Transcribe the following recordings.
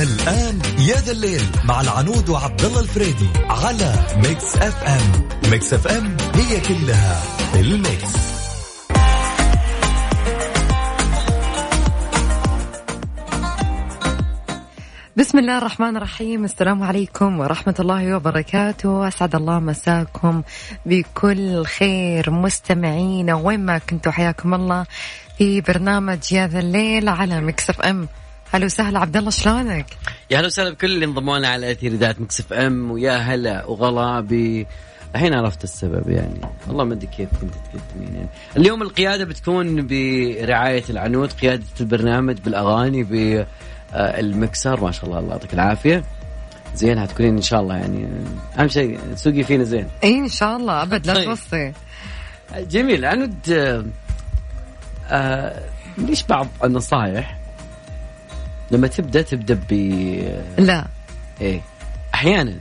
الآن يا ذا الليل مع العنود وعبد الله الفريدي على ميكس اف ام. ميكس اف ام هي كلها الميكس. بسم الله الرحمن الرحيم. السلام عليكم ورحمة الله وبركاته. أسعد الله مساكم بكل خير مستمعين وين ما كنتوا، حياكم الله في برنامج يا ذا الليل على ميكس اف ام. هلا وسهلا عبد الله، شلونك؟ يا هلا وسهلا بكل اللي انضموا لنا على اثير اذاعه ميكس اف ام. ويا هلا وغلا الحين عرفت السبب يعني، والله ما ادري كيف كنت تقدمين يعني. اليوم القياده بتكون برعايه العنود، قياده البرنامج بالاغاني بالمكسر. ما شاء الله، الله يعطيك العافيه. زين هتكونين ان شاء الله يعني. اهم شيء تسوقي فينا زين. اي ان شاء الله، ابد لا توصي. جميل. عنود ليش بعض النصائح لما تبدأ لا إيه أحيانا،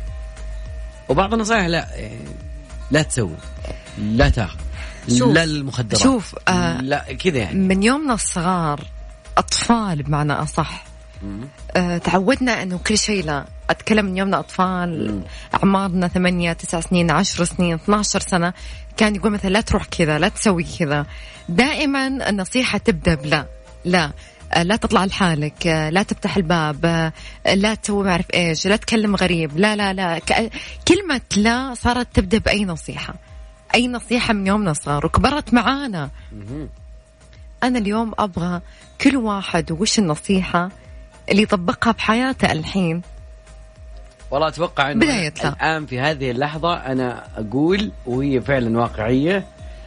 وبعض النصائح لا تسوي، لا تاخذ، لا المخدرات، شوف لا كذا يعني. من يومنا الصغار أطفال بمعنى أصح، تعودنا أنه كل شيء لا. أتكلم من يومنا أطفال، أعمارنا 8 9 سنين 10 سنين 12 سنة، كان يقول مثلا لا تروح كذا، لا تسوي كذا. دائما النصيحة تبدأ لا لا تطلع لحالك، لا تفتح الباب، لا تسوي ما أعرف إيش، لا تكلم غريب، لا لا لا. كلمة لا صارت تبدأ بأي نصيحة، أي نصيحة من يومنا صار وكبرت معانا. أنا اليوم أبغى كل واحد وش النصيحة اللي يطبقها بحياته الحين. والله أتوقع أنه الآن في هذه اللحظة أنا أقول، وهي فعلا واقعية،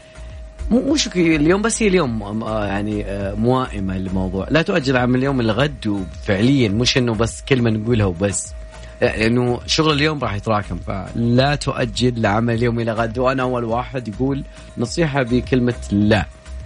مش اليوم بس، هي اليوم يعني موائمة للموضوع. لا تؤجل عمل اليوم إلى غد، وفعليا مش إنه بس كلمة نقولها وبس، لأنه يعني شغل اليوم راح يتراكم. فلا تؤجل عمل اليوم إلى غد. وأنا أول واحد يقول نصيحة بكلمة لا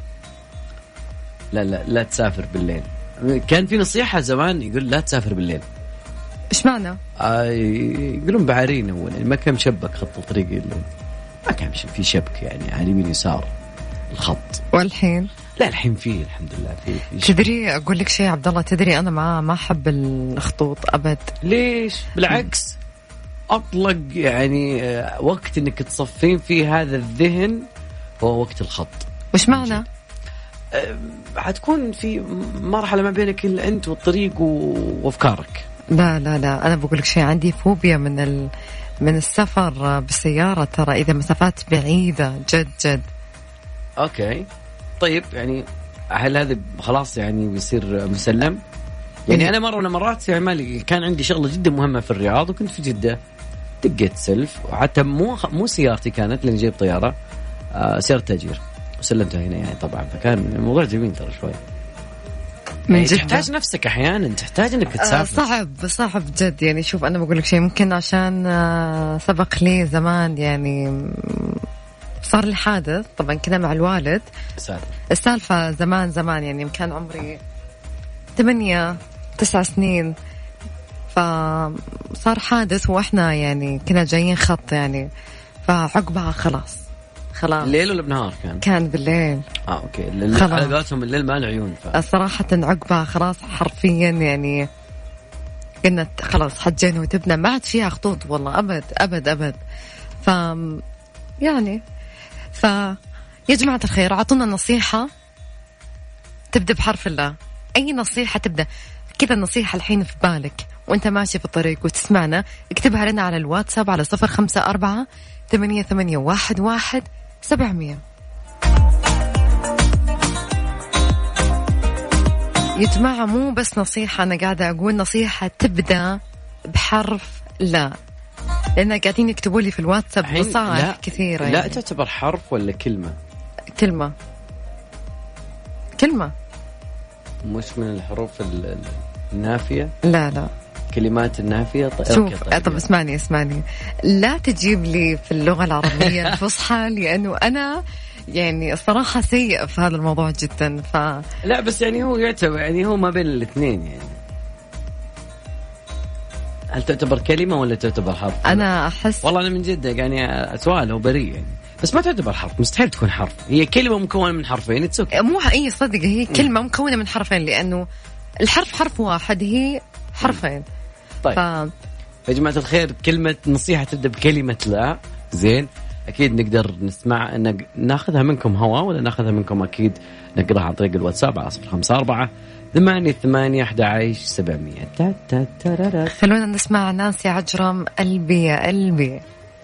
لا لا لا تسافر بالليل. كان في نصيحة زمان يقول لا تسافر بالليل. إيش معنى؟ يقولون بعارين أول ما كان مشبك خط الطريق، ما كان في شبك يعني على يمين يسار الخط. والحين لا، الحين فيه الحمد لله فيه. تدري أقول لك شيء عبد الله، تدري أنا ما أحب الخطوط أبد. ليش؟ بالعكس، أطلق يعني وقت إنك تصفين فيه هذا الذهن هو وقت الخط. وش معنى؟ حتكون في مرحلة ما بينك إلا أنت والطريق وأفكارك. لا لا لا، أنا بقول لك شيء، عندي فوبيا من السفر بالسيارة، ترى إذا مسافات بعيدة جد. أوكي طيب، يعني هل هذا خلاص يعني بيصير مسلم؟ يعني أنا مرة من المرات يعني كان عندي شغلة جدا مهمة في الرياض، وكنت في جدة، دقيت سلف، وحتى مو سيارتي كانت، لأني جايب طيارة، سيارة تأجير، وسلمتها هنا يعني طبعا. فكان الموضوع جميل ترى شوي. يعني تحتاج نفسك أحيانا، تحتاج إنك تسافر. صعب جد يعني. شوف أنا بقول لك شيء، ممكن عشان سبق لي زمان يعني صار لي حادث طبعا كذا مع الوالد. السالفة زمان يعني كان عمري 8 9 سنين، فصار حادث وإحنا يعني كنا جايين خط يعني، فعقبها خلاص. الليل ولا بنهار كان بالليل. اوكي على قولتهم الليل ما العيون. صراحة عقبها خلاص حرفيا يعني كنا خلاص حجينا وتبنا، ما عاد فيها خطوط والله أبد. يعني يا جماعة الخير، عطونا نصيحة تبدأ بحرف الله. أي نصيحة تبدأ كذا، النصيحة الحين في بالك وانت ماشي في الطريق وتسمعنا، اكتبها لنا على الواتساب على 0548811700. يا جماعة مو بس نصيحة، أنا قاعدة أقول نصيحة تبدأ بحرف لا، لأن قاعدين يكتبوا لي في الواتساب نصائح كثيرة. لا يعني تعتبر حرف ولا كلمة؟ كلمة مش من الحروف النافية. لا كلمات النافية. شوف طب اسمعني، لا تجيب لي في اللغة العربية الفصحى، لأنه أنا يعني الصراحة سيء في هذا الموضوع جدا. لا بس يعني هو يعتبر يعني هو ما بين الاثنين يعني. هل تعتبر كلمة ولا تعتبر حرف؟ أنا أحس والله أنا من جد يعني سؤال هو بريء يعني، بس ما تعتبر حرف، مستحيل تكون حرف. هي كلمة مكونة من حرفين. مو أي صدق، هي كلمة مكونة من حرفين، لأنه الحرف حرف واحد، هي حرفين. طيب يا جماعة الخير، كلمة نصيحة تبدأ بكلمة لا. زين، أكيد نقدر نسمع ناخذها منكم هوا، ولا ناخذها منكم أكيد نقراها عن طريق الواتساب على 054-88-11-700. خلونا نسمع نانسي عجرم قلبي يا قلبي.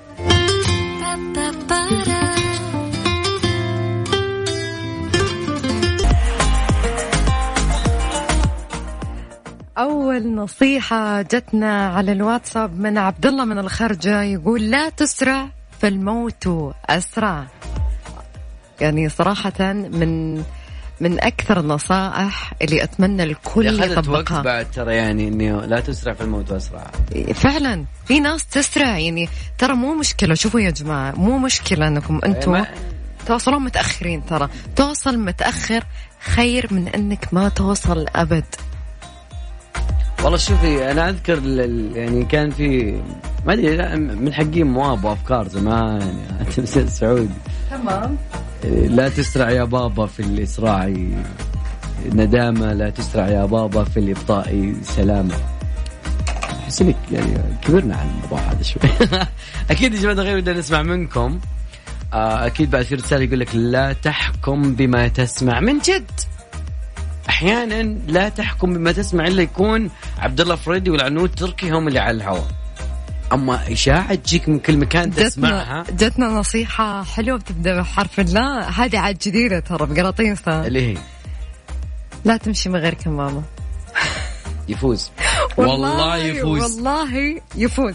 أول نصيحة جتنا على الواتساب من عبد الله من الخرجة، يقول لا تسرع فالموت أسرع. يعني صراحة من أكثر النصائح اللي أتمنى الكل يطبقها. بعد ترى يعني إنه لا تسرع فالموت أسرع. فعلا في ناس تسرع، يعني ترى مو مشكلة. شوفوا يا جماعة، مو مشكلة أنكم أنتم توصلون متأخرين، ترى توصل متأخر خير من أنك ما توصل أبد. والله شوفي، أنا أذكر يعني كان في ما أدري من حقين مواب وأفكار زمان يعني تمثيل سعودي. تمام. لا تسرع يا بابا في الإسراع ندامة، لا تسرع يا بابا في الإبطاء سلامة. أحس إنك يعني كبرنا على الموضوع هذا شوي. أكيد يا جماعة غير بدنا نسمع منكم. أكيد بعد في رسالة يقول لك لا تحكم بما تسمع. من جد أحيانا لا تحكم بما تسمع إلا يكون عبد الله فريدي والعنود تركي هم اللي على الهواء، أما إشاعة تجيك من كل مكان تسمعها. جتنا نصيحة حلوة بتبدأ بحرف لا، هذه عاد جديدة ترى بقراطيسها، اللي هي لا تمشي من غير كمامة. يفوز. والله يفوز، والله يفوز.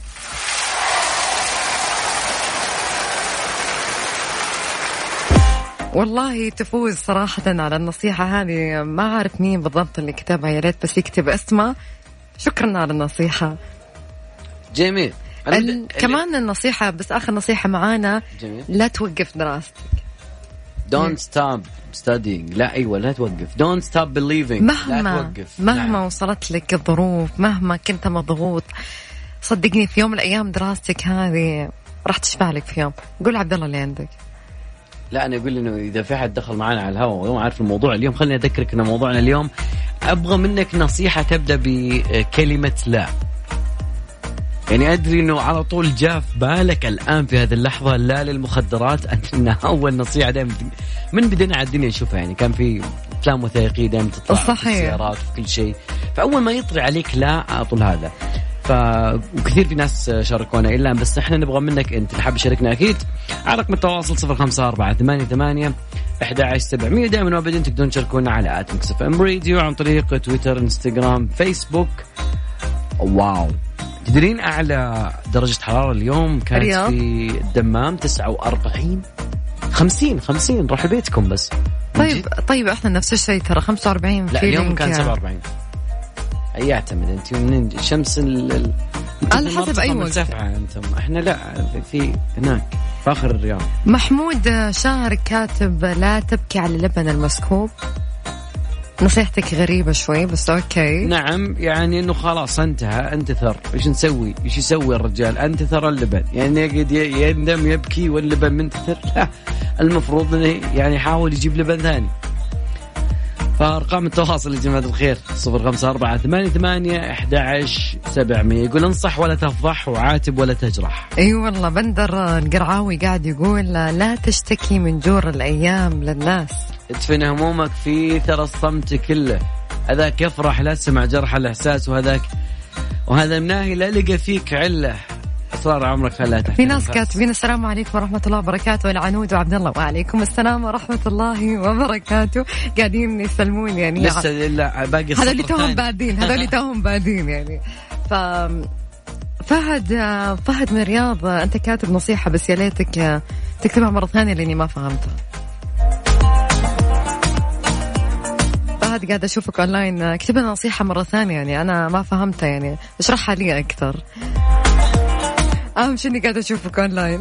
والله تفوز صراحة على النصيحة هذه. ما عارف مين بالضبط اللي كتبها، يا ريت بس يكتب اسمه. شكرا على النصيحة. جميل. كمان النصيحة، بس آخر نصيحة معانا، جميل. لا توقف دراستك. Don't stop studying. لا أيوة لا توقف. Don't stop believing. مهما وصلت لك الظروف، مهما كنت مضغوط، صدقني في يوم من الأيام دراستك هذه راح تشفع لك في يوم. قول عبد الله اللي عندك. لا أنا أقول إنه إذا في حد دخل معنا على الهواء وما عارف الموضوع اليوم، خليني أذكرك إن موضوعنا اليوم أبغى منك نصيحة تبدأ بكلمة لا. يعني أدري إنه على طول جاء في بالك الآن في هذه اللحظة لا للمخدرات، أنها أول نصيحة دائما من بدينا على الدنيا نشوفها. يعني كان في أفلام وثائقية دائما تطلع في السيارات وفي كل شيء، فأول ما يطري عليك لا على طول هذا. وكثير في ناس شاركونا إلا بس إحنا نبغى منك أنت اللي حاب شاركنا أكيد على رقم التواصل 0548811700. دائما وابدا تقدرون تشاركونا على @mixfmradio عن طريق تويتر، انستغرام، فيسبوك. واو، تدرين أعلى درجة حرارة اليوم كانت في الدمام 49. 50 راح بيتكم بس. طيب احنا نفس الشيء ترى 45. لا اليوم كان 47. أي يعتمد أنت من الشمس على حسب أي وقت. أنتم إحنا لا في هناك في آخر الرياض. محمود شاهر كاتب لا تبكي على اللبن المسكوب. نصيحتك غريبة شوي بس أوكي. نعم، يعني إنه خلاص انتهى، انتثر. إيش نسوي؟ إيش يسوي الرجال؟ انتثر اللبن، يعني يقعد يندم يبكي واللبن منتثر؟ لا، المفروض إنه يعني يحاول يجيب لبن ثاني. فأرقام التواصل يا جماعة الخير 0548811700. يقول انصح ولا تفضح، وعاتب ولا تجرح. أي والله. بندر القرعاوي قاعد يقول لا تشتكي من جور الأيام للناس، ادفن همومك في ثرى الصمت كله. هذاك يفرح لا سمع جرح الإحساس، وهذا مناهي لا لقى فيك علة. أسرار عمرك خلاها تحت. في ناس كاتبين السلام عليكم ورحمة الله وبركاته العنود وعبد الله. وعليكم السلام ورحمة الله وبركاته. قاعدين يسلمون يعني لسه لا باقي. هذا اللي توهم بادين يعني. فهد من الرياض، أنت كاتب نصيحة بس يا ليتك تكتبها مرة ثانية لأني ما فهمتها. فهد قاعد أشوفك أونلاين، اكتب لنا نصيحة مرة ثانية، يعني أنا ما فهمتها، يعني اشرحها لي أكثر. أهم شيء إني قاعد أشوفك أونلاين.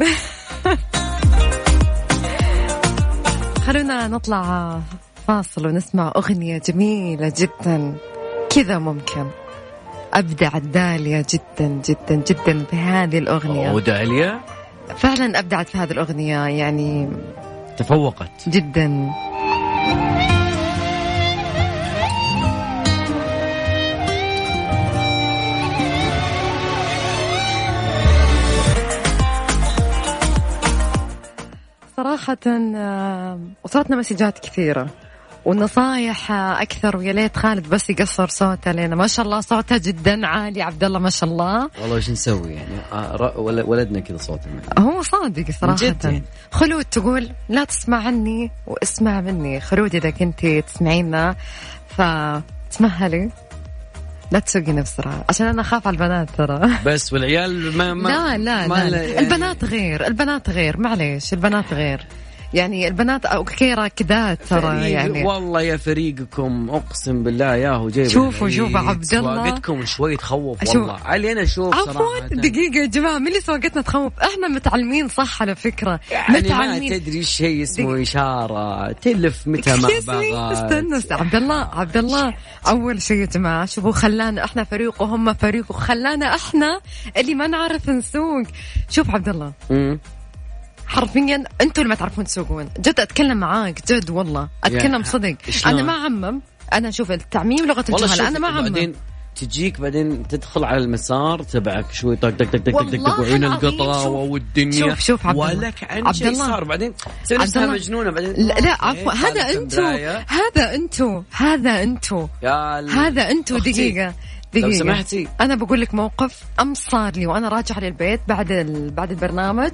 خلونا نطلع فاصل ونسمع أغنية جميلة جدا كذا. ممكن أبدع داليا جدا جدا جدا بهذه الأغنية. وداليا فعلا أبدعت في هذه الأغنية، يعني تفوقت جدا. صراحة وصلتنا مسجات كثيرة والنصايح أكثر، ويا ليت خالد بس يقصر صوته لنا ما شاء الله صوته جدا عالي. عبد الله ما شاء الله. والله وش نسوي يعني ولدنا كذا صوته هو صادق صراحة. خلود تقول لا تسمع عني واسمع مني. خلود إذا كنتي تسمعينا فتسمهلي لا تسوقينا بسرعة عشان أنا أخاف على البنات ترى. بس والعيال لا يعني البنات غير، البنات غير، معليش البنات غير يعني البنات أوكي راكدات ترى يعني. والله يا فريقكم أقسم بالله ياهو جايب. شوفوا عبد الله سواقتكم شوي تخوف والله علينا. شوف عفوا دقيقة يا جماعة، من اللي سواقتنا تخوف؟ احنا متعلمين صح على فكرة يعني متعلمين. ما تدري شيء اسمه إشارة تلف متى ما بغى. استنى عبد الله أول شيء يا جماعة شوفوا خلانا احنا فريق وهم فريق وخلانا احنا اللي ما نعرف نسوق. شوف عبد الله حرفيا انتوا اللي ما تعرفون تسوقون. جد اتكلم معاك جد والله اتكلم صدق. انا ما عمم، انا شوف التعميم لغة الجهل. انا ما عمم. بعدين تجيك بعدين تدخل على المسار تبعك شوي طق طق طق طق طق وعين القطرة والدنيا. شوف عبد الله ولك عن شيء صار بعدين تسوي نفسها مجنونة بعدين. لا عفوا هذا انتوا دقيقة لو سمحتي انا بقول لك موقف امس صار لي وانا راجعة للبيت بعد البرنامج.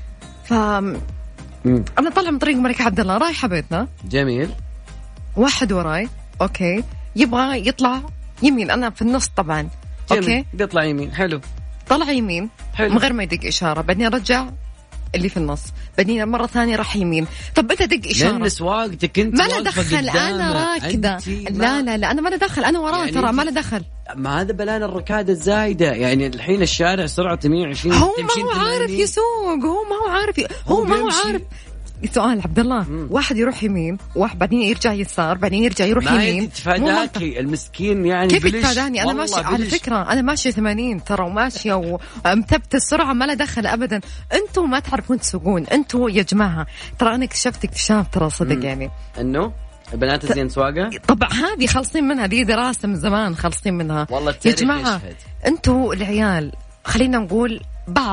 أنا طالعة من طريق الملك عبد الله رايحة بيتنا. جميل. واحد وراي أوكي يبغى يطلع يمين، أنا في النص طبعا. جميل. أوكي بيطلع يمين. حلو. طلع يمين حلو. من غير ما يدق إشارة. بعدين رجع اللي في النص. بعدين مرة ثانية راح يمين. طب أنت دق إشارة لأن سواقتك أنت ما له دخل. أنا راكدة. لا أنا ما له دخل. أنا وراه يعني ترى ما له دخل. ما هذا بلان الركادة الزايدة يعني. الحين الشارع سرعته 120. هو ما هو عارف يسوق. هو ما هو عارف. سؤال عبد الله واحد يروح يمين واحد بعدين يرجع يسار بعدين يرجع يروح يمين. تفاداكي المسكين يعني. كيف تفاداني؟ أنا ماشي على فكرة أنا ماشية 80 ترى وماشية ومثبت السرعة ما له دخل أبدا. أنتوا ما تعرفون تسوقون أنتوا يا جماعة. ترى أنا اكتشفت اكتشاف ترى صدق يعني إنه البنات الزين سواقة. طبعا هذه خلصين منها، دي دراسة من زمان خلصين منها والله يا جماعة. أنتوا العيال خلينا نقول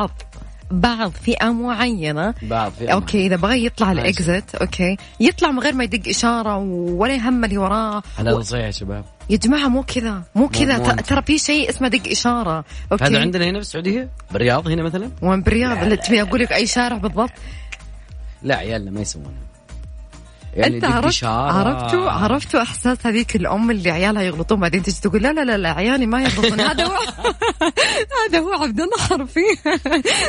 بعض فئة معينة أوكي إذا بغى يطلع الإكزت أوكي يطلع من غير ما يدق إشارة ولا يهم اللي وراه. هذا صحيح يا شباب يا جماعة مو كذا ترى في شيء اسمه دق إشارة. أوكي هذا عندنا هنا في السعودية بالرياض هنا مثلا. وين بالرياض اللي تبي أقول لك أي شارع بالضبط؟ لا عيالنا ما يسوونه يعني. أنت عرفتوا إحساس هذيك الأم اللي عيالها يغلطون بعدين تجي تقول لا عيالي ما يغلطون. هذا هو عبد الله حرفيا.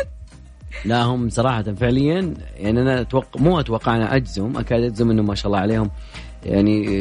لا هم صراحة فعليا يعني أنا مو أتوقع أنا أكاد أجزم إنه ما شاء الله عليهم يعني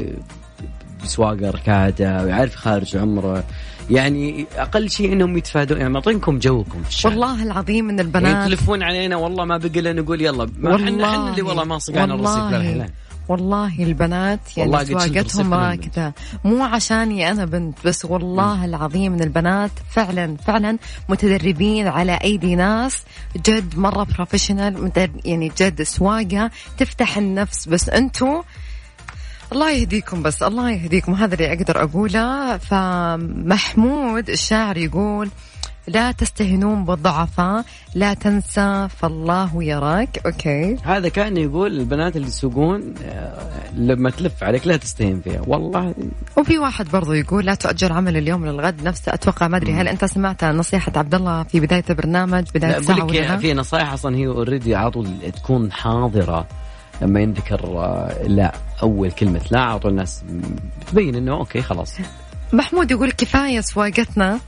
بسواقة ركادة ويعرف خارج عمره يعني. أقل شيء إنهم يتفادون يعني معطينكم جوكم في الشارع. والله العظيم من البنات يتلفون علينا والله ما بقي لنا نقول يلا إحنا اللي والله ما صقعنا الرصيف للحين. والله البنات يعني سواقتهم راكدة مو عشاني أنا بنت بس. والله العظيم من البنات فعلا متدربين على أيدي ناس جد مرة بروفيشنال يعني جد سواقة تفتح النفس. بس أنتوا الله يهديكم بس الله يهديكم. هذا اللي أقدر أقوله. فمحمود الشاعر يقول لا تستهنون بالضعفاء لا تنسى فالله يراك. أوكي هذا كان يقول البنات اللي يسوقون لما تلف عليك لا تستهين فيها والله. وفي واحد برضو يقول لا تؤجر عمل اليوم للغد نفسه. أتوقع ما أدري هل أنت سمعت نصيحة عبد الله في بداية البرنامج بداية ساعة ولا في نصائح أصلا هي أوريدي على طول تكون حاضرة لما ينذكر لا أول كلمة لا على طول الناس بتبين إنه أوكي خلاص. محمود يقول كفاية سواقتنا.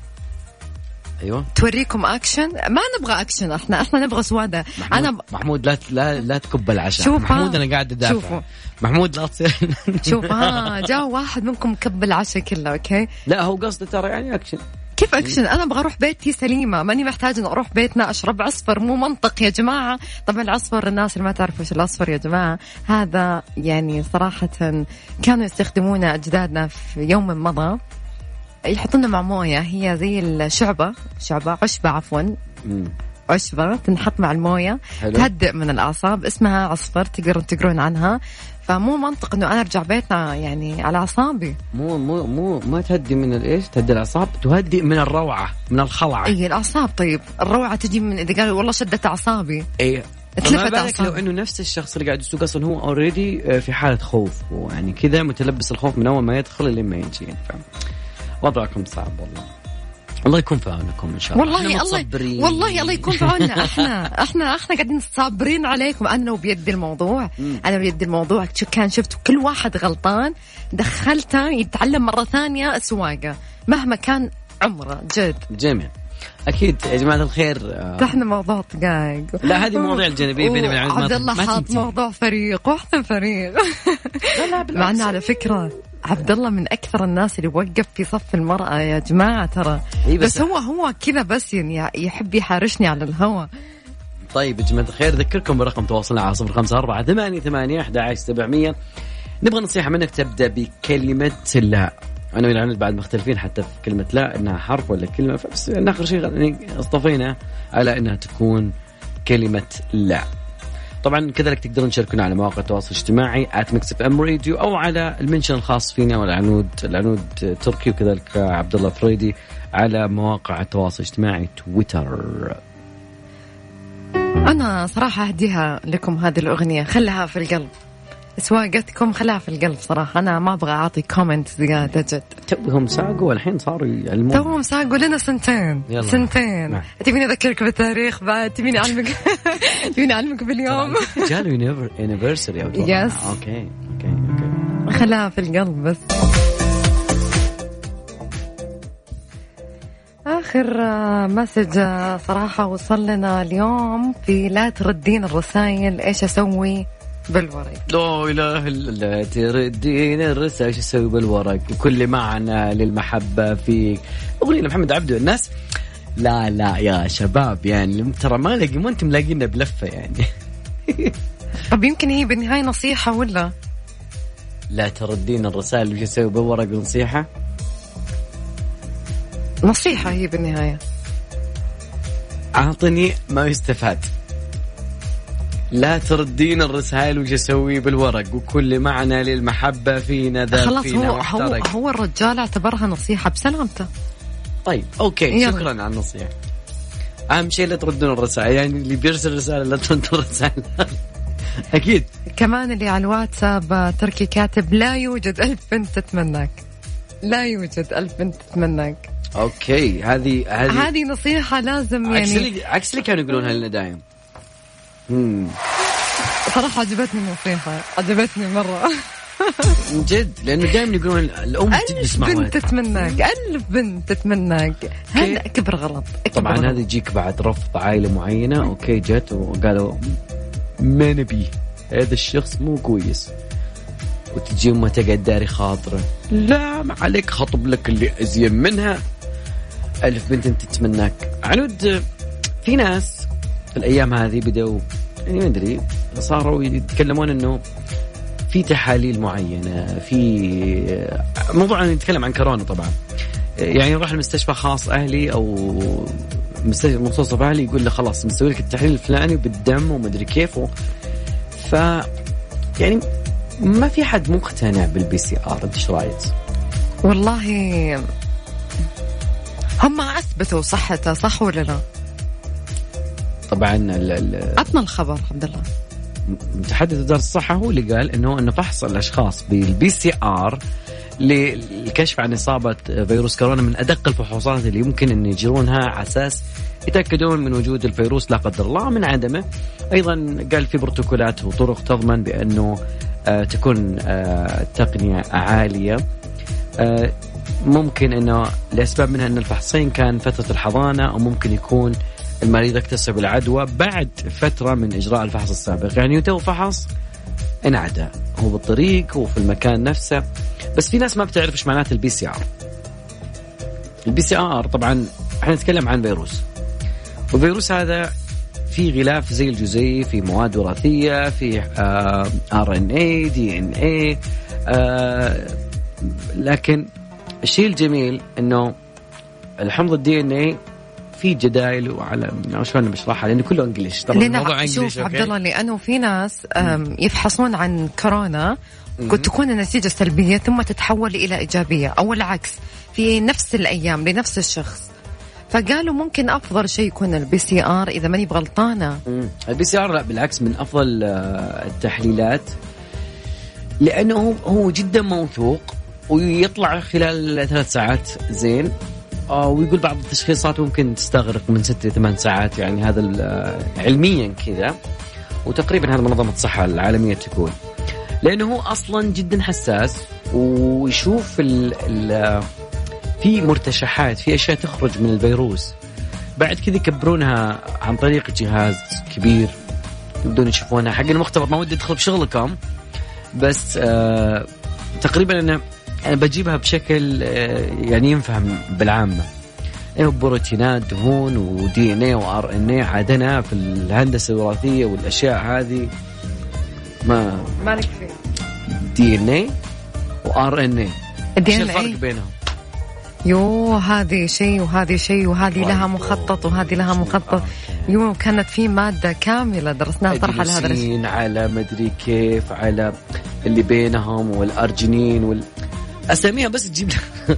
أيوة توريكم أكشن. ما نبغى أكشن إحنا نبغى سوادة. محمود لا تكب العشاء. محمود أنا قاعد أدافع. محمود لا تصير. شوف جاء واحد منكم كب العشاء كله. أوكي لا هو قصده ترى يعني أكشن. كيف أكشن؟ أنا أبغى أروح بيتي سليمة ماني محتاج أن أروح بيتنا أشرب عصفر. مو منطق يا جماعة. طبعا العصفر الناس اللي ما تعرفوا إيش العصفر يا جماعة هذا يعني صراحة كانوا يستخدمونه أجدادنا في يوم مضى. يحطونه مع موية هي زي الشعبة عشبة عفوا عشبة تنحط مع الموية تهدئ من الأعصاب. اسمها عصفر تقرون عنها. فمو منطق إنه أنا أرجع بيتنا يعني على أعصابي. مو ما تهدي من الإيش تهدي الأعصاب تهدي من الروعة من الخلعة. الأعصاب. طيب الروعة تجي من إذا قالوا والله شدت أعصابي. ما بالك لو انه نفس الشخص اللي قاعد يسوق اصلا هو اوريدي في حاله خوف، ويعني كذا متلبس الخوف من اول ما يدخل لين ما يجي. وضعكم صعب والله. الله يكون في عونكم ان شاء الله. والله الله يكون في عوننا. احنا قاعدين صابرين عليكم. انا وبيد الموضوع كان شفت كل واحد غلطان دخلته يتعلم مرة ثانية السواقة مهما كان عمره. جد جميل. أكيد يا جماعة الخير. احنا موضوع دقائق. لا هذه مواضيع الجانبية بيني وبين عبد الله حاط موضوع فريق واحنا فريق. لا معنا على فكرة عبد الله من أكثر الناس اللي وقف في صف المرأة يا جماعة ترى. بس هو كذا بس يعني يحب يحارشني على الهواء. طيب يا جماعة الخير ذكركم برقم تواصلنا على 0548811700. نبغى نصيحة منك تبدأ بكلمة لا. أنا والعنود بعد مختلفين حتى في كلمة لا إنها حرف ولا كلمة، بس آخر شيء يعني اصطفينا على إنها تكون كلمة لا. طبعا كذلك تقدرون تشاركونا على مواقع التواصل الاجتماعي @mixfmradio أو على المنشن الخاص فينا والعنود تركي، وكذلك عبد الله فريدي على مواقع التواصل الاجتماعي تويتر. أنا صراحة أهديها لكم هذه الأغنية، خلها في القلب. سواقتكم خلاها في القلب صراحة. أنا ما أبغى أعطي كومنت زيادة. جد توهم ساقوا والحين صاروا يعلمون. توهم ساقوا لنا سنتين. تبيني أذكرك بالتاريخ بعد؟ تبيني أعلمك باليوم. جالوا anniversary أو يس. أوكي. خلاها في القلب بس. آخر مسج صراحة وصل لنا اليوم في لا تردين الرسائل إيش أسوي بالورق. لا إله إلا الله. تردين الرسائل إيش أسوي بالورق وكل معنى للمحبة فيك. أغنية محمد عبده. الناس لا يا شباب يعني ترى ما لقي ما أنتم لاقينا بلفة يعني. طب يمكن هي بالنهاية نصيحة ولا لا تردين الرسائل إيش أسوي بالورق. نصيحة هي بالنهاية. أعطني ما يستفاد. لا تردين الرسائل وش أسوي بالورق وكل معنى للمحبة فينا ذا خلاص فينا هو الرجال اعتبرها نصيحة بسلامته. طيب أوكي شكرا على النصيحة. أهم شيء لا تردون الرسائل، يعني اللي بيرسل رسالة لا تردون الرسائل. أكيد. كمان اللي على الواتساب تركي كاتب لا يوجد 1000 بنت تتمناك. لا يوجد 1000 بنت تتمناك. أوكي هذه نصيحة لازم يعني عكس اللي كانوا يقولونها لنا دايم. صراحة عجبتني النصيحة، عجبتني مرة. من جد لأنه دائما يقولون الأم تسمع 1000 بنت تتمناك. 1000 بنت تتمناك. هذا أكبر غلط. طبعا هذا يجيك بعد رفض عائلة معينة. أوكي جت وقالوا ما نبي هذا الشخص مو كويس، وتجي أمها تقعد داري خاطره. لا ما عليك خطب لك اللي أزين منها. 1000 بنت أنت تتمناك. عنود في ناس الأيام هذه بدأوا يعني ما أدري صاروا يتكلمون إنه في تحاليل معينة في موضوع نتكلم عن كورونا. طبعا يعني نروح المستشفى خاص أهلي أو مستوصف أهلي يقول له خلاص نسوي لك التحليل الفلاني بالدم وما أدري كيفه. ف يعني ما في حد مقتنع بالPCR. أنت إيش رأيك؟ والله هم أثبتوا صحته صح ولا لا؟ طبعا عطنا الخبر عبد الله. متحدث وزارة الصحة هو اللي قال إنه فحص الأشخاص بالPCR للكشف عن إصابة فيروس كورونا من أدق الفحوصات اللي يمكن أن يجرونها على أساس يتأكدون من وجود الفيروس لا قدر الله من عدمه. أيضا قال في بروتوكولات وطرق تضمن بأنه تكون تقنية عالية. ممكن أنه لأسباب منها أن الفحصين كان فترة الحضانة، أو ممكن يكون المريض اكتسب العدوى بعد فترة من إجراء الفحص السابق. يعني يتو فحص انعدى هو بالطريق وفي المكان نفسه. بس في ناس ما بتعرف إيش معنات الPCR. الPCR طبعا احنا نتكلم عن فيروس، والفيروس هذا في غلاف زي الجزيء، في مواد وراثية، في RNA DNA. لكن الشيء الجميل إنه الحمض DNA في جدايل وعلى شلون بشرحها لأنه كله إنجليش. طبعا الموضوع إنجليش. شوف عبد الله لأنه في ناس يفحصون عن كورونا قد تكون النتيجة سلبية ثم تتحول إلى إيجابية، أو العكس في نفس الأيام لنفس الشخص. فقالوا ممكن أفضل شيء يكون الPCR إذا ماني بغلطانة. الPCR لا بالعكس من أفضل التحليلات، لأنه هو جدا موثوق ويطلع خلال 3 ساعات زين. ويقول بعض التشخيصات ممكن تستغرق من 6 ل 8 ساعات، يعني هذا علميا كذا، وتقريبا هذا منظمة الصحة العالمية تقول، لأنه هو أصلا جدا حساس ويشوف في مرتشحات، في أشياء تخرج من الفيروس، بعد كذا يكبرونها عن طريق جهاز كبير يبدون يشوفونها. حق المختبر ما ودي أدخل بشغلكم، بس تقريبا أنا بجيبها بشكل يعني ينفهم بالعامة. بروتينات، دهون، ودي ان اي وRNA. عادنا في الهندسة الوراثية والأشياء هذه ما لك فيه. دي ان اي وRNA ايش الفرق بينهم؟ هذه شيء وهذه شيء، وهذه لها مخطط وهذه لها مخطط. كانت في مادة كاملة درسناها طرح على هذا الشيء، على مدري كيف، على اللي بينهم والأرجينين أساميها بس تجيب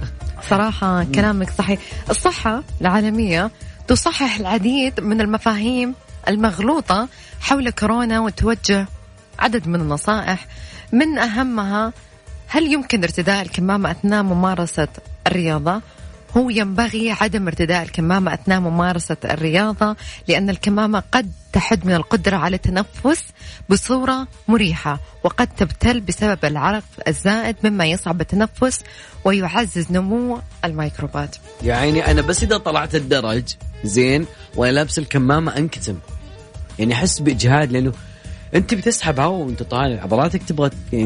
صراحة كلامك صحيح. الصحة العالمية تصحح العديد من المفاهيم المغلوطة حول كورونا، وتوجه عدد من النصائح. من أهمها: هل يمكن ارتداء الكمامة أثناء ممارسة الرياضة؟ هو ينبغي عدم ارتداء الكمامة أثناء ممارسة الرياضة، لأن الكمامة قد تحد من القدرة على التنفس بصورة مريحة، وقد تبتل بسبب العرق الزائد مما يصعب التنفس ويعزز نمو الميكروبات. يعني أنا بس إذا طلعت الدرج زين وأنا لابس الكمامة أنكتم، يعني أحس بإجهاد، لأنه أنت بتسحب هواء وأنت طالع، عضلاتك تبغى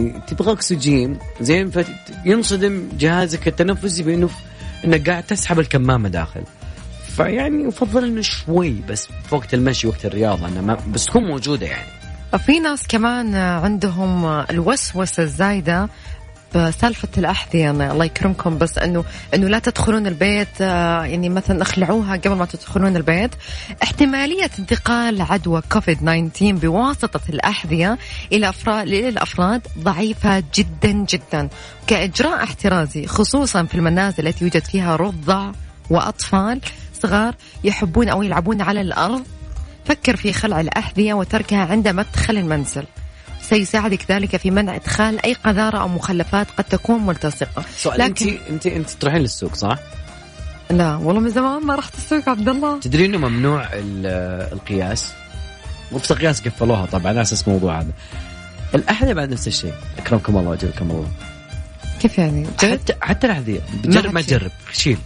أكسجين زين، فينصدم جهازك التنفسي بأنه إنك قاعد تسحب الكمامة داخل. فيعني أفضل إنه شوي بس في وقت المشي، وقت الرياضة، أنا ما بس تكون موجودة. يعني في ناس كمان عندهم الوسوسة الزايدة بسالفة الأحذية. الله يكرمكم، بس إنه لا تدخلون البيت، يعني مثلا اخلعوها قبل ما تدخلون البيت. احتمالية انتقال عدوى كوفيد-19 بواسطة الأحذية إلى الأفراد ضعيفة جدا جدا، كإجراء احترازي، خصوصا في المنازل التي يوجد فيها رضع وأطفال صغار يحبون أو يلعبون على الأرض. فكر في خلع الأحذية وتركها عند مدخل المنزل، سيساعدك ذلك في منع إدخال أي قذارة أو مخلفات قد تكون ملتصقة. لكن أنت تروحين للسوق صح؟ لا والله من زمان ما رحت السوق عبد الله. تدري إنه ممنوع القياس، رفض القياس قفلوها طبعا على أساس موضوع هذا. الأحذية بعد نفس الشيء، أكرمكم الله وأجركم الله. كيف يعني؟ حتى الأحذية بتجرب ما تجرب، شيل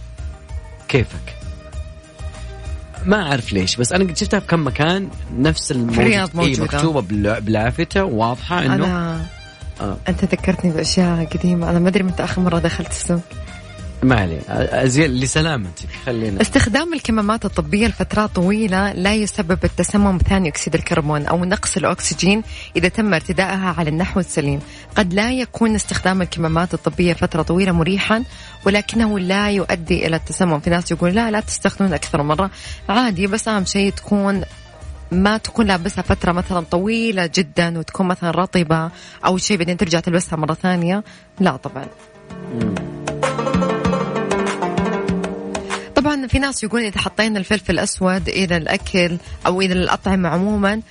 كيفك. ما أعرف ليش، بس أنا قد شفتها في كم مكان نفس الموجودة مكتوبة بلافتة واضحة إنه أنت ذكرتني بأشياء قديمة. أنا ما أدري متى آخر مرة دخلت السوق. ما عليه، أزيل لسلامتك. خلينا. استخدام الكمامات الطبية لفترات طويلة لا يسبب التسمم ثاني أكسيد الكربون أو نقص الأكسجين إذا تم ارتدائها على النحو السليم. قد لا يكون استخدام الكمامات الطبية فترة طويلة مريحا، ولكنه لا يؤدي إلى التسمم. في ناس يقول لا تستخدمون أكثر مرة، عادي، بس أهم شيء ما تكون لابسها فترة مثلا طويلة جدا وتكون مثلا رطبة أو شيء بعدين ترجع تلبسها مرة ثانية. لا طبعا. طبعا في ناس يقولون إذا حطينا الفلفل الأسود إلى الأكل أو إلى الأطعمة عموما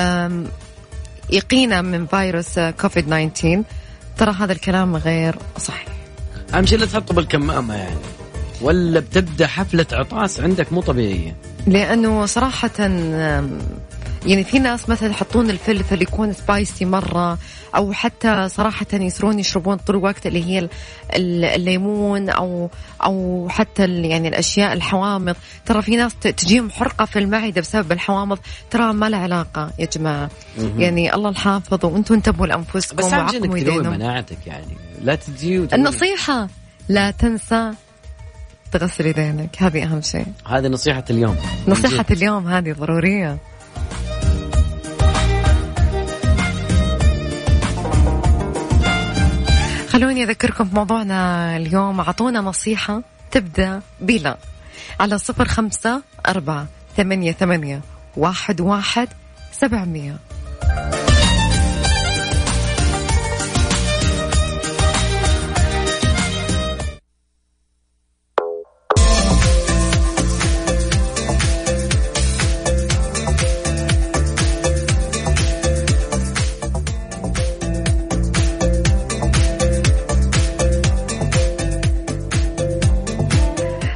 يقينا من فيروس كوفيد-19. ترى هذا الكلام غير صحيح. أهم شيء لا تحطه بالكمامة يعني، ولا بتبدأ حفلة عطاس عندك مو طبيعية. لأنه صراحة يعني في ناس مثلا يحطون الفلفل يكون سبايسي مرة، أو حتى صراحة يصيرون يشربون طول الوقت اللي هي الليمون أو حتى يعني الأشياء الحوامض. ترى في ناس تجيهم حرقة في المعدة بسبب الحوامض، ترى ما له علاقة يا جماعة. يعني الله الحافظ، وأنتم انتبهوا لأنفسكم بس وعقموا يدينهم. مناعتك يعني لا تجي النصيحة لا تنسى تغسل يدينك، هذه أهم شيء. هذه نصيحة اليوم، نصيحة اليوم هذه ضرورية. خلوني أذكركم بموضوعنا اليوم. عطونا نصيحة تبدأ بلا على 0548811700.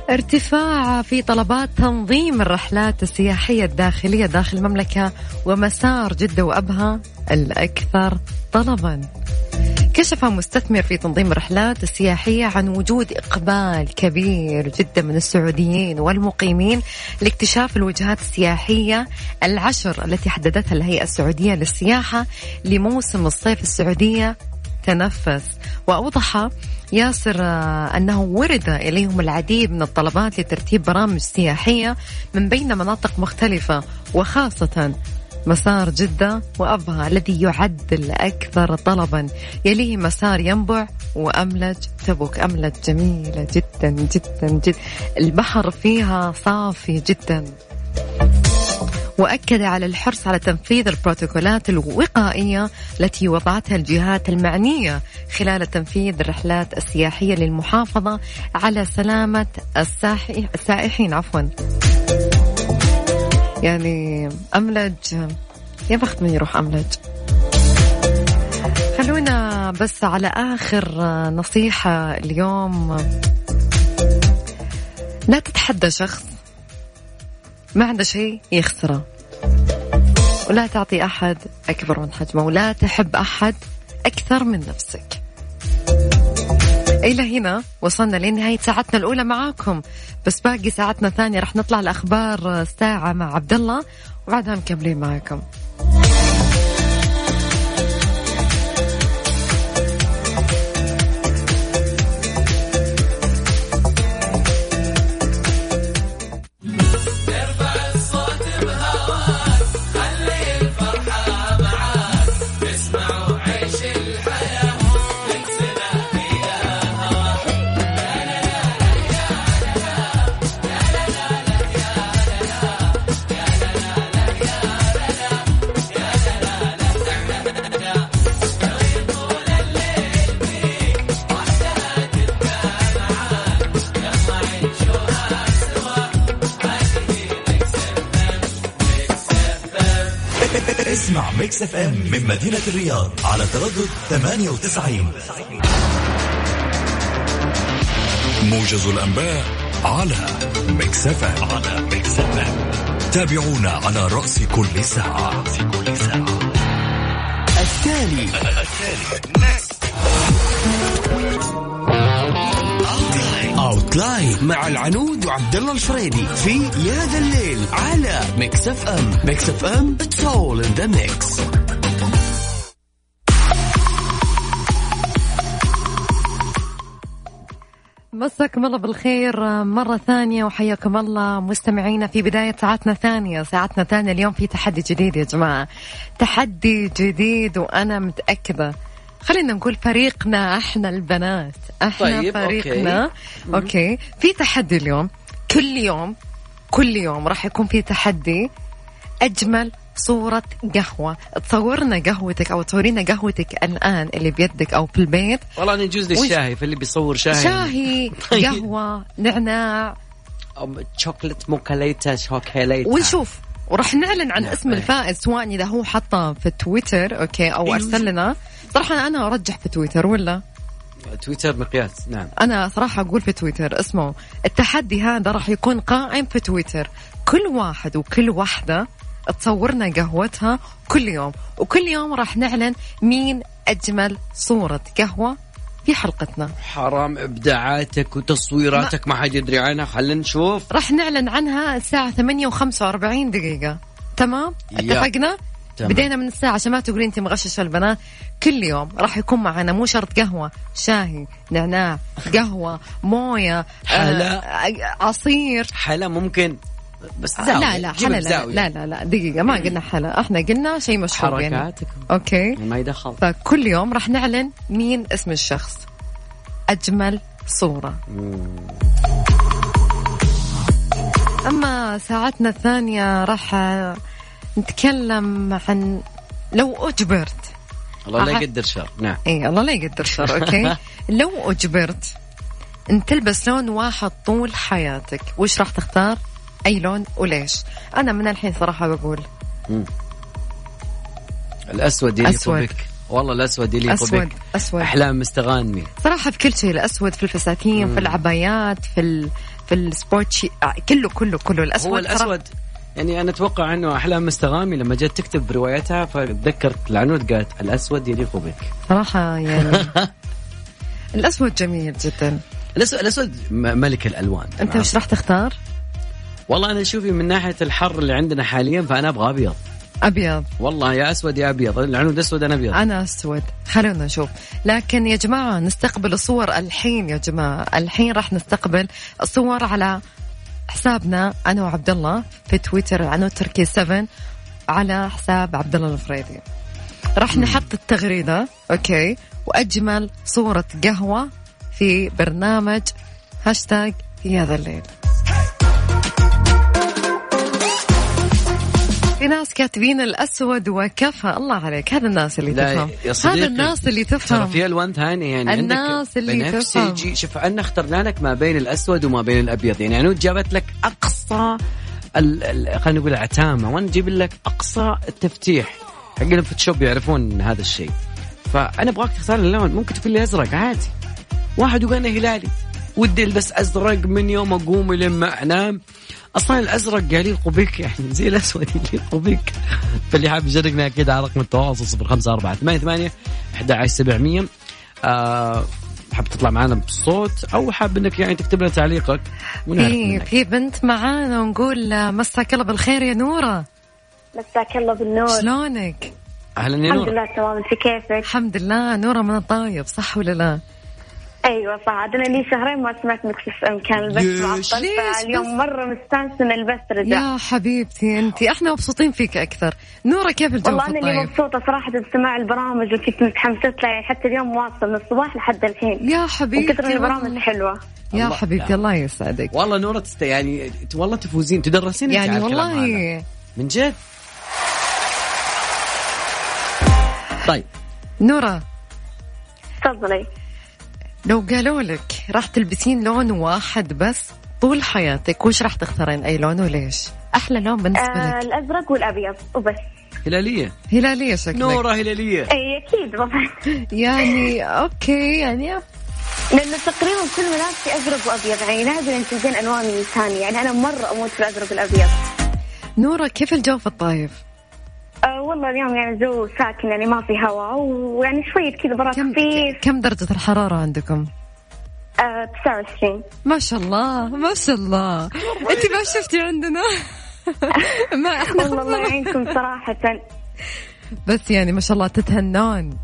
ارتفاع في طلبات تنظيم الرحلات السياحية الداخلية داخل المملكة ومسار جدة وأبها الأكثر طلباً. كشف مستثمر في تنظيم الرحلات السياحية عن وجود إقبال كبير جدا من السعوديين والمقيمين لاكتشاف الوجهات السياحية 10 التي حددتها الهيئة السعودية للسياحة لموسم الصيف السعودية تنفس. وأوضح ياسر أنه ورد إليهم العديد من الطلبات لترتيب برامج سياحية من بين مناطق مختلفة، وخاصة مسار جدة وأبها الذي يعد الأكثر طلبا، يليه مسار ينبع وأملج تبوك. أملج جميلة جدا جدا جدا، البحر فيها صافي جدا. وأكد على الحرص على تنفيذ البروتوكولات الوقائية التي وضعتها الجهات المعنية خلال تنفيذ الرحلات السياحية للمحافظة على سلامة السائحين. يعني أملج، يا بخت من يروح أملج. خلونا بس على آخر نصيحة اليوم، لا تتحدى شخص ما عنده شيء يخسره، ولا تعطي أحد أكبر من حجمه، ولا تحب أحد أكثر من نفسك. إلى هنا وصلنا لنهاية ساعتنا الأولى معاكم، بس باقي ساعتنا الثانية رح نطلع الأخبار ساعة مع عبد الله، وبعدها مكملين معاكم. اسمع ميكس اف ام من مدينة الرياض على تردد 98. موجز الأنباء على ميكس اف ام. تابعونا على رأس كل ساعة. التالي أوتلاين مع العنود وعبد الله الفريدي في يا ذا الليل على ميكس اف ام. ميكس اف ام it's all in the mix. مساكم الله بالخير مرة ثانية، وحياكم الله مستمعينا في بداية ساعتنا الثانية. اليوم في تحدي جديد يا جماعة، تحدي جديد، وأنا متأكدة خلينا نقول فريقنا احنا البنات، احنا طيب فريقنا اوكي في تحدي اليوم. كل يوم راح يكون في تحدي أجمل صورة قهوة. تصورنا قهوتك أو تصورينا قهوتك الآن اللي بيدك أو في البيت. والله أنا يجوز لي الشاهي، فاللي بيصور شاهي طيب. قهوة، نعناع، شوكولات موكاليتا، شوكولاتة، ونشوف وراح نعلن عن اسم الفائز، سواء إذا هو حطه في تويتر أوكي أو أرسل لنا. صراحة أنا أرجح في تويتر، ولا تويتر مقياس. نعم أنا صراحة أقول في تويتر. اسمه التحدي هذا راح يكون قائم في تويتر، كل واحد وكل واحدة تصورنا قهوتها كل يوم، وكل يوم راح نعلن مين أجمل صورة قهوة في حلقتنا. حرام إبداعاتك وتصويراتك ما حد يدري عنها، خلينا نشوف. راح نعلن عنها الساعة 8:45. تمام اتفقنا؟ بدينا من الساعة عشان ما تقولين انت مغششة البنات. كل يوم راح يكون معنا مو شرط قهوة، شاهي، نعناع، قهوة، موية، عصير، حلا ممكن، بس لا حلا لا دقيقة، ما قلنا حلا، احنا قلنا شيء مشهور يعني. اوكي ما يدخل. فكل يوم راح نعلن مين اسم الشخص أجمل صورة. أما ساعتنا الثانية راح نتكلم عن لو أجبرت. الله لا يقدر شر. نعم إيه الله لا يقدر شر. أوكي لو أجبرت أن تلبس لون واحد طول حياتك، وش راح تختار؟ أي لون وليش؟ أنا من الحين صراحة بقول الأسود يليق بك. والله الأسود يليق بك. أسود. أحلام مستغانمي صراحة في كل شيء، الأسود في الفساتين، في العبايات، في في السبورت شيء كله الأسود. هو الأسود يعني أنا أتوقع أنه أحلام مستغامي لما جت تكتب روايتها فتذكرت العنود قالت الأسود يليق بك صراحة يعني. الأسود جميل جدا. الأسود ملك الألوان. أنت وش راح تختار؟ والله أنا شوفي من ناحية الحر اللي عندنا حاليا فأنا أبغى أبيض والله، يا أسود يا أبيض. العنود أسود أنا أبيض. أنا أسود. خلونا نشوف. لكن يا جماعة نستقبل الصور الحين. يا جماعة الحين راح نستقبل الصور على حسابنا أنا وعبد الله في تويتر عنود تركي 7 على حساب عبد الله الفريدي. راح نحط التغريدة أوكي وأجمل صورة قهوة في برنامج هاشتاج في هذا الليل. في ناس كاتبين الأسود وكفى. الله عليك، هذا الناس اللي تفهم. هذا الناس اللي تفهم. في ألوان ثانية يعني الناس اللي تفهم. شوف أنا اخترنا لك ما بين الأسود وما بين الأبيض. يعني عنود جابت لك أقصى خلينا نقول عتامة، وأنا جيب لك أقصى التفتيح. حق الفوتوشوب يعرفون هذا الشيء. فأنا أبغاك تختار اللون. ممكن تقول لي أزرق عادي. واحد يقول أنا هلالي ودي البس أزرق من يوم أقوم لما أنام. أصلا الأزرق يليق بك يعني زي الأسود يليق بك. فاللي حاب يشاركنا كده على رقم التواصل 0548811700. حاب تطلع معنا بالصوت أو حاب إنك يعني تكتب لنا تعليقك. في بنت معانا ونقول مساك الله بالخير يا نورة. مساك الله بالنور. شلونك؟ أهلا يا نورة. الحمد لله تمام. في كيفك؟ الحمد لله. نورة من الطايف صح ولا لا؟ ايوه صح. انا لي شهرين ما سمعت مكسف كان البث معطل، فاليوم مره مستانسه ان البث رجع. يا حبيبتي انتي احنا مبسوطين فيك اكثر. نورة كيف الجو؟ والله انا اللي مبسوطه صراحه بسماع البرامج وكنت متحمسه لها حتى اليوم واصل من الصباح لحد الحين. يا حبيبتي كثر البرامج حلوه. يا حبيبتي الله يسعدك. والله نورة يعني والله تفوزين تدرسين يعني والله من جد. طيب نورة تفضلي. لو قالوا لك راح تلبسين لون واحد بس طول حياتك وش راح تختارين؟ أي لون وليش؟ أحلى لون بالنسبة لك؟ الأزرق والأبيض وبس. هلالية شكلك. نورة هلالية. أي أكيد طبعا. يعني أوكي يعني لأنه تقريبا كل ملابسي أزرق وأبيض، يعني نادر أن تلقين ألوان ثانية. يعني أنا مرة أموت في الأزرق والأبيض. نورة كيف الجو في الطايف؟ والله اليوم يعني جو ساكن، يعني ما في هواء ويعني شوية كذا برا خفيف. كم درجة الحرارة عندكم؟ 29. ما شاء الله ما شاء الله. أنت ما شفتي عندنا. ما إحنا والله الله يعينكم صراحة. بس يعني ما شاء الله تتهنون.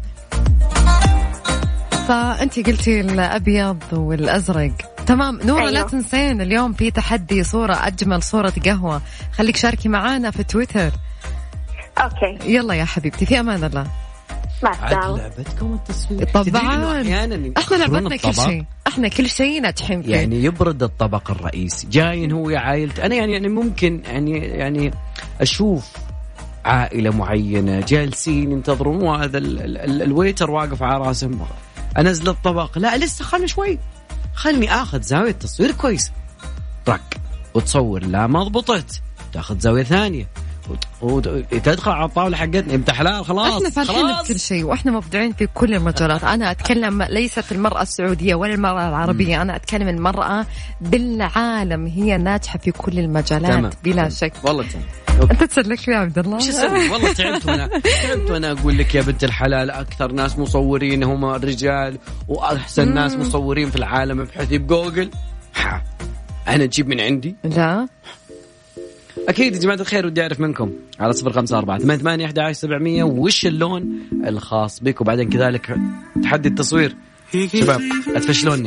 فأنت قلتي الأبيض والأزرق تمام. نورة أيوه. لا تنسين اليوم في تحدي صورة أجمل صورة قهوة. خليك شاركي معانا في تويتر. أوكي يلا يا حبيبتي في أمان الله. مع السلامة. لعبتكم التصوير طبعا احنا لعبتنا كل شيء. احنا كل شيء ناجحين فيه. يعني يبرد الطبق الرئيسي جاين هو يا عائلة. أنا يعني ممكن يعني أشوف عائلة معينة جالسين ينتظرون وهذا الويتر واقف على راسهم. أنزل الطبق لا لسه خلنا شوي، خلني أخذ زاوية تصوير كويس طق وتصور. لا ما ضبطت تأخذ زاوية ثانية وتدخل على الطاولة حقتنا. انت حلال خلاص. احنا فالحين بكل شيء واحنا مبدعين في كل المجالات. انا اتكلم ليست المرأة السعودية ولا المرأة العربية. انا اتكلم المرأة بالعالم هي ناجحة في كل المجالات بلا شك. والله انت تسلك يا عبد الله. مش اسوي والله تعبت وانا اقول لك يا بنت الحلال اكثر ناس مصورين هم الرجال واحسن ناس مصورين في العالم ابحثي بجوجل. انا تجيب من عندي؟ لا أكيد يا جماعة الخير ودي أعرف منكم على 0548811700 وش اللون الخاص بك. وبعدين كذلك تحدي التصوير. شباب أتفشلوني.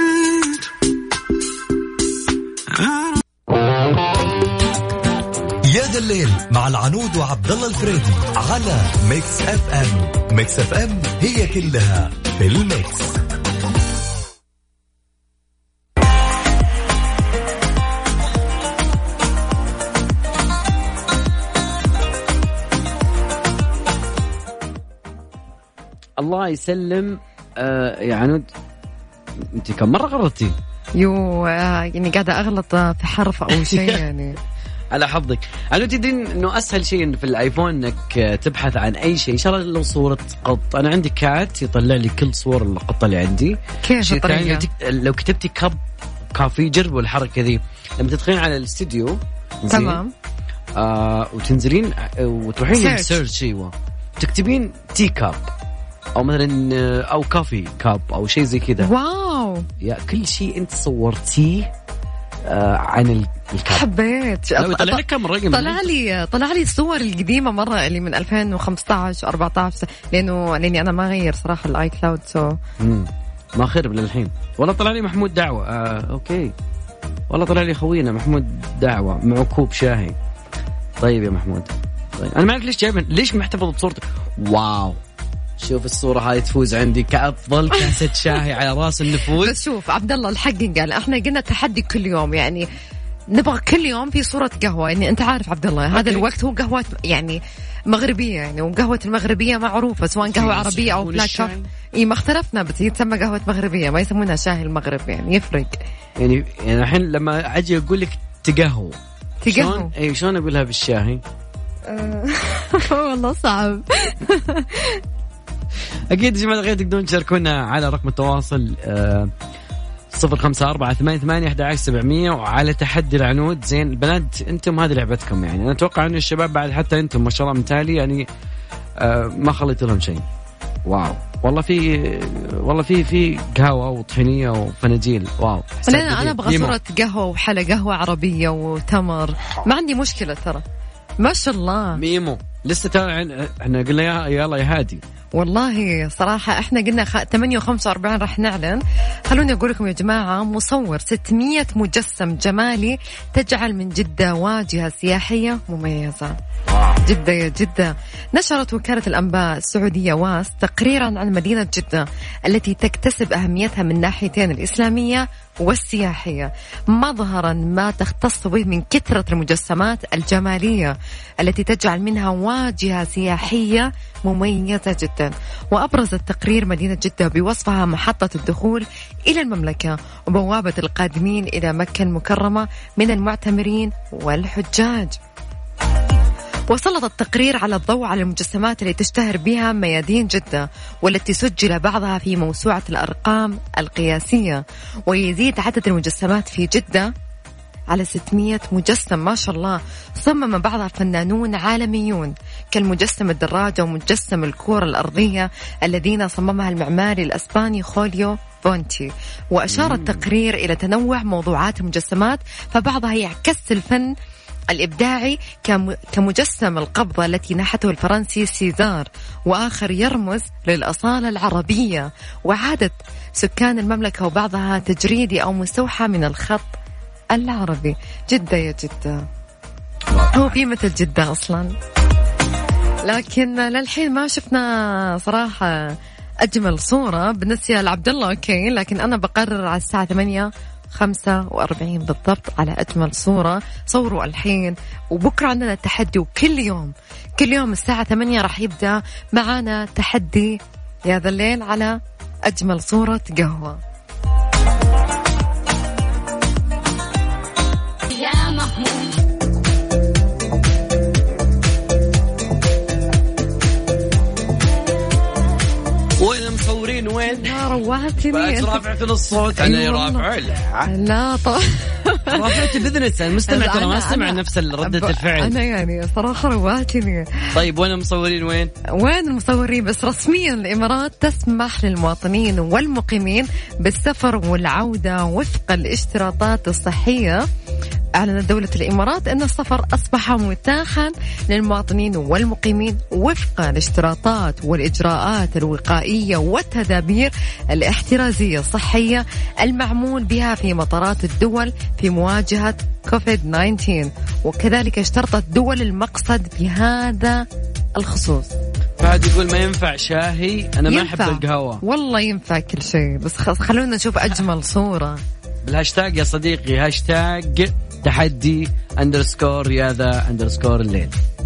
يا ذا الليل مع العنود وعبد الله الفريدي على ميكس اف ام. ميكس اف ام هي كلها في الميكس. الله يسلم. يا عنود انت كم مرة غلطتي؟ يعني قاعدة أغلط في حرف أو شيء يعني. على حظك. عنود تدين إنه أسهل شيء في الآيفون إنك تبحث عن أي شيء. إن شاء الله لو صورة قط. أنا عندي كات يطلع لي كل صور القطة اللي عندي. كيف الطريقة؟ لو كتبتي كب كافي. جربوا الحركة ذي لما تدخلين على الاستديو تمام وتنزلين وتروحين سيرش تكتبين تي كاب او مثلا او كافي كاب او شيء زي كذا. واو يا كل شيء انت صورتيه عن الكاب. حبيت. طلع لي كم رقم؟ طلع لي الصور القديمه مره اللي من 2015 14 لاني انا ما غير صراحه الاي كلاود ما خرب للحين. والله طلع لي محمود دعوه. اوكي والله طلع لي خوينا محمود دعوه مع كوب شاهي. طيب يا محمود، طيب انا ما اعرف ليش محتفظ بصورتك. واو شوف الصورة هاي تفوز عندي كأفضل كاسة شاهي على رأس النفوذ. بس شوف عبد الله الحق قال احنا قلنا تحدي كل يوم، يعني نبغى كل يوم في صورة قهوة. يعني انت عارف عبد الله هذا الوقت هو قهوة يعني مغربية، يعني وقهوة المغربية معروفة سواء قهوة عربية او بلاك كوفي. اي ما اختلفنا بس يتسمى قهوة مغربية ما يسمونها شاهي المغرب، يعني يفرق. يعني الحين لما اجي اقول لك تقهوى شلون اقولها بالشاهي؟ والله صعب. أكيد يا جماعة الخير تقدرون تشاركونا على رقم التواصل 0548811700 وعلى تحدي العنود. زين البنات أنتم هذه لعبتكم، يعني أنا أتوقع أن الشباب بعد حتى أنتم ما شاء الله متالي يعني ما خليت لهم شيء. واو والله في قهوة وطحينية وفناجيل. واو أنا أبغى صورة قهوة وحلا قهوة عربية وتمر، ما عندي مشكلة ترى. ما شاء الله ميمو لسه ترى احنا قلنا يلا يا هادي. والله صراحة احنا قلنا 8:45 راح نعلن. خلوني اقول لكم يا جماعة، مصور 600 مجسم جمالي تجعل من جدة واجهة سياحية مميزة. جدة يا جدة. نشرت وكالة الأنباء السعودية واس تقريرا عن مدينة جدة التي تكتسب أهميتها من ناحيتين الإسلامية والسياحية، مظهرا ما تختص به من كثرة المجسمات الجمالية التي تجعل منها واجهة سياحية مميزة جدا. وأبرز التقرير مدينة جدة بوصفها محطة الدخول إلى المملكة وبوابة القادمين إلى مكة المكرمة من المعتمرين والحجاج. وسلط التقرير على الضوء على المجسمات التي تشتهر بها ميادين جدة والتي سجل بعضها في موسوعة الأرقام القياسية، ويزيد عدد المجسمات في جدة على 600 مجسم ما شاء الله. صمم بعضها فنانون عالميون كالمجسم الدراجة ومجسم الكرة الأرضية الذين صممها المعماري الأسباني خوليو بونتي. وأشار التقرير إلى تنوع موضوعات المجسمات، فبعضها يعكس الفن الإبداعي كمجسم القبضة التي نحته الفرنسي سيزار، وآخر يرمز للأصالة العربية وعادة سكان المملكة، وبعضها تجريدي أو مستوحى من الخط العربي. جدة يا جدة، هو في مثل جدة أصلا، لكن للحين ما شفنا صراحة أجمل صورة. بالنسبة لعبد الله أوكي، لكن أنا بقرر على الساعة 8:45 بالضبط على أجمل صورة. صوروا الحين، وبكرة عندنا تحدي، وكل يوم الساعة 8 راح يبدأ معنا تحدي يا ذا الليل على أجمل صورة قهوة. مصورين وين؟ روعتني. رافعت الصوت أنا رافع. لا طبعا رافعت البذنس المستمع ترى ما استمع نفس ردة الفعل. أنا يعني صراحة روعتني. طيب وين المصورين وين المصورين؟ بس رسميا الإمارات تسمح للمواطنين والمقيمين بالسفر والعودة وفق الاشتراطات الصحية. أعلنت دولة الإمارات أن السفر أصبح متاحا للمواطنين والمقيمين وفق الاشتراطات والإجراءات الوقائية والتدابير الاحترازية الصحية المعمول بها في مطارات الدول في مواجهة كوفيد-19. وكذلك اشترطت دول المقصد بهذا الخصوص. فهد يقول ما ينفع شاهي، أنا ما أحب القهوة. والله ينفع كل شيء، بس خلونا نشوف أجمل صورة بالهاشتاج يا صديقي، هاشتاج تحدي _ياذا_الليل.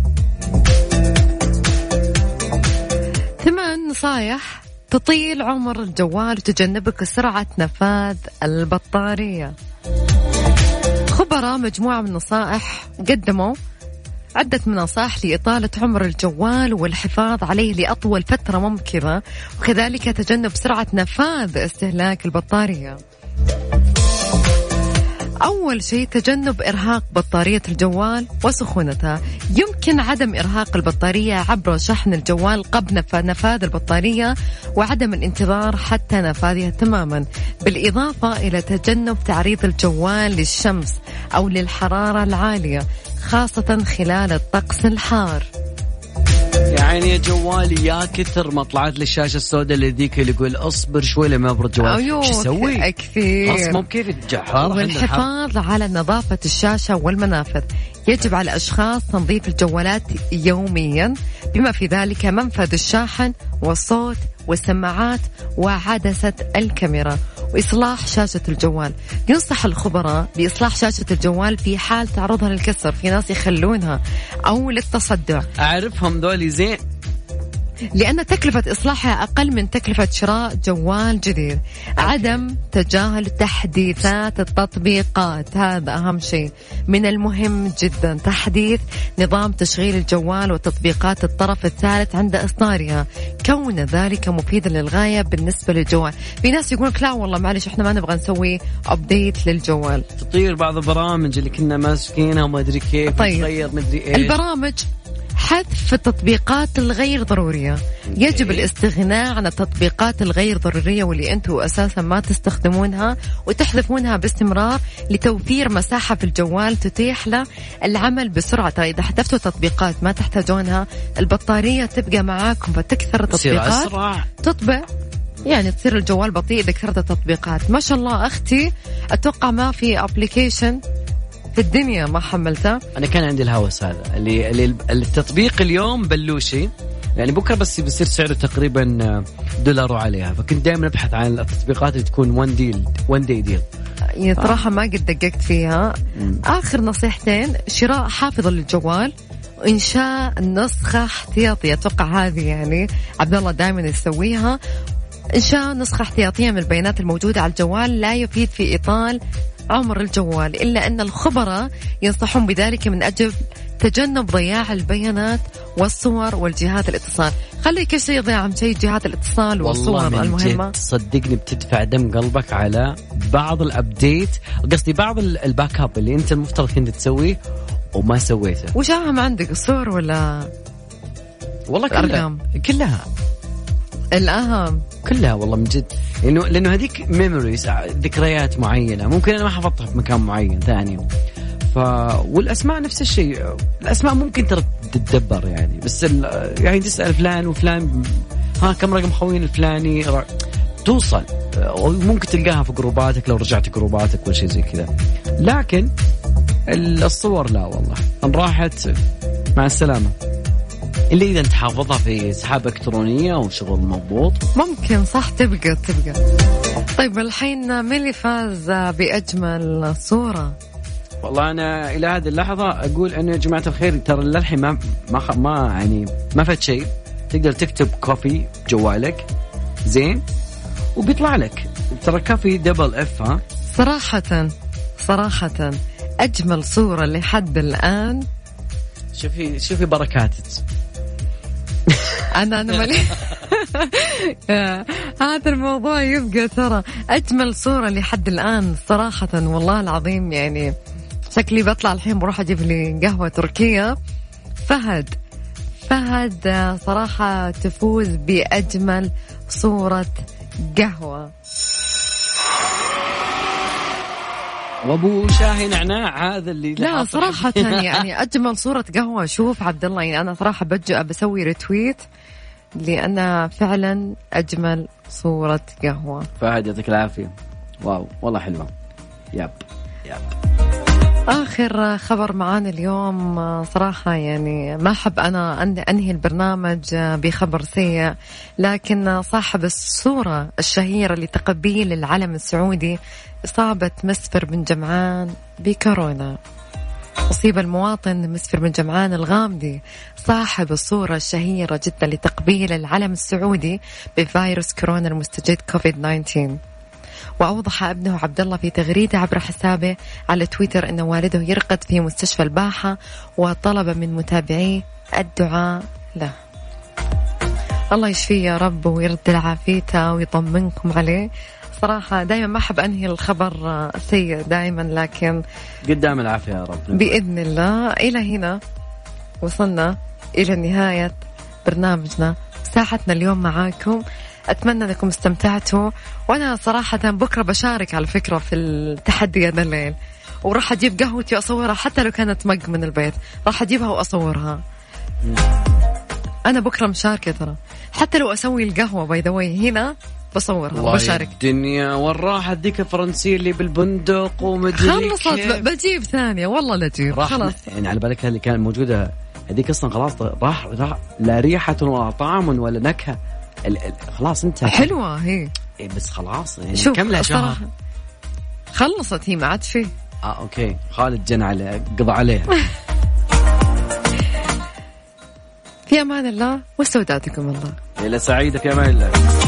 8 نصايح تطيل عمر الجوال وتجنبك سرعة نفاذ البطارية. خبراء مجموعة من النصائح قدموا عدة من نصائح لإطالة عمر الجوال والحفاظ عليه لأطول فترة ممكنة، وكذلك تجنب سرعة نفاذ استهلاك البطارية. أول شيء تجنب إرهاق بطارية الجوال وسخونتها. يمكن عدم إرهاق البطارية عبر شحن الجوال قبل نفاذ البطارية وعدم الانتظار حتى نفاذها تماما، بالإضافة إلى تجنب تعريض الجوال للشمس أو للحرارة العالية خاصة خلال الطقس الحار. يعني يا جوالي يا كثر ما طلعت لي الشاشة السوداء اللي ذيك اللي يقول اصبر شوي لما يبرد جوالي. ايش اسوي؟ كثير. خلاص مو بكيف الحرارة. والحفاظ على نظافة الشاشة والمنافذ. يجب على الأشخاص تنظيف الجوالات يوميا بما في ذلك منفذ الشاحن والصوت والسماعات وعدسة الكاميرا وإصلاح شاشة الجوال. ينصح الخبراء بإصلاح شاشة الجوال في حال تعرضها للكسر، في ناس يخلونها أو للتصدع. أعرفهم ذولي زين، لأن تكلفة إصلاحها أقل من تكلفة شراء جوال جديد. عدم تجاهل تحديثات التطبيقات، هذا أهم شيء. من المهم جدا تحديث نظام تشغيل الجوال وتطبيقات الطرف الثالث عند إصدارها، كون ذلك مفيدا للغاية بالنسبة للجوال. في ناس يقول لا والله معلش إحنا ما نبغى نسوي أبديت للجوال، تطير بعض البرامج اللي كنا ماسكينها وما أدري كيف تغير مدري إيه. البرامج حذف التطبيقات الغير ضرورية. يجب الاستغناء عن التطبيقات الغير ضرورية واللي أنتم أساسا ما تستخدمونها وتحذفونها باستمرار لتوفير مساحة في الجوال تتيح له العمل بسرعة. إذا حذفتوا تطبيقات ما تحتاجونها البطارية تبقى معاكم فتكثر التطبيقات تطبع، يعني تصير الجوال بطيء إذا كثرت التطبيقات. ما شاء الله أختي أتوقع ما في أبليكيشن في الدنيا ما حملتها. أنا كان عندي الهوس هذا اللي التطبيق اليوم بلوشي، يعني بكرة بس بيصير سعره تقريبا $1 عليها، فكنت دائما أبحث عن التطبيقات اللي تكون one day deal. صراحة ما قد دققت فيها. آخر نصيحتين: شراء حافظ للجوال وإنشاء نسخة احتياطية. أتوقع هذه يعني عبد الله دائما يسويها. إنشاء نسخة احتياطية من البيانات الموجودة على الجوال لا يفيد في إطالة عمر الجوال، إلا أن الخبراء ينصحون بذلك من أجل تجنب ضياع البيانات والصور والجهات الاتصال. خلي كل شيء يضيع، عن شيء جهات الاتصال والصور المهمة. صدقني بتدفع دم قلبك على بعض الأبديت، قصدي بعض الباك اب اللي أنت المفترض كنت تسويه وما سويته. وش أهم عندك، الصور ولا والله كلها الأهم كلها والله من جد، لأنه هذيك ميموريز، ذكريات معينة ممكن أنا ما حفظتها في مكان معين ثاني. والأسماء نفس الشيء، الأسماء ممكن ترى تتدبر يعني، بس يعني تسأل فلان وفلان كم رقم خوين الفلاني توصل، وممكن تلقاها في جروباتك لو رجعت جروباتك ولا شيء زي كذا. لكن الصور لا والله أن راحت مع السلامة، اللي إذا أنت حافظها في سحابة إلكترونية وشغل مضبوط ممكن صح تبقى. طيب الحين مين اللي فاز بأجمل صورة؟ والله أنا إلى هذه اللحظة أقول أنه يا جماعة الخير ترى للحين ما يعني ما فات شيء. تقدر تكتب كوفي جوالك زين وبيطلع لك ترى كوفي دبل اف. صراحة أجمل صورة لحد الآن. شوفي بركات. أنا مالي هذا الموضوع يبقى ترى أجمل صورة لحد الآن صراحة والله العظيم. يعني شكلي بطلع الحين بروح أجيب لي قهوة تركية. فهد صراحة تفوز بأجمل صورة قهوة. وابو شاهي نعناع هذا اللي لا صراحة يعني أجمل صورة قهوة. شوف عبد الله، يعني أنا صراحة بسوي ريتويت لأنها فعلا أجمل صورة قهوة. فهد يعطيك العافية، واو والله حلوة. ياب آخر خبر معانا اليوم صراحة يعني ما أحب أنا أنهي البرنامج بخبر سيء، لكن صاحب الصورة الشهيرة لتقبيل العلم السعودي إصابة مسفر بن جمعان بكورونا. أصيب المواطن مسفر بن جمعان الغامدي صاحب الصورة الشهيرة جدا لتقبيل العلم السعودي بفيروس كورونا المستجد كوفيد-19. وأوضح ابنه عبد الله في تغريدة عبر حسابه على تويتر أن والده يرقد في مستشفى الباحة، وطلب من متابعيه الدعاء له. الله يشفيه يا رب ويرد العافية ويطمنكم عليه. صراحة دائما ما أحب أنهي الخبر سيء دائما، لكن قدام العافية يا رب بإذن الله. إلى هنا وصلنا إلى نهاية برنامجنا ساحتنا اليوم معاكم. أتمنى أنكم استمتعتوا، وأنا صراحة بكرة بشارك على فكرة في التحدي هذا الليل، وراح أجيب قهوتي وأصورها حتى لو كانت مج من البيت، راح أجيبها وأصورها. أنا بكرة مشاركة ترى، حتى لو أسوي القهوة باي ذا واي هنا بصورها وبشارك. الدنيا والراحة ديك الفرنسية اللي بالبندق ومدري خلصت بجيب ثانية والله لا تجيب خلاص. يعني على بالك اللي كانت موجودة هذيك أصلا خلاص راح لا ريحة ولا طعم ولا نكهة. خلاص انت حلوة هي بس خلاص يعني كملها شهر خلصت هي ما عاد فيه. اوكي خالد جن على قضى عليها. في امان الله واستودعتكم الله. الى سعيدة في امان الله.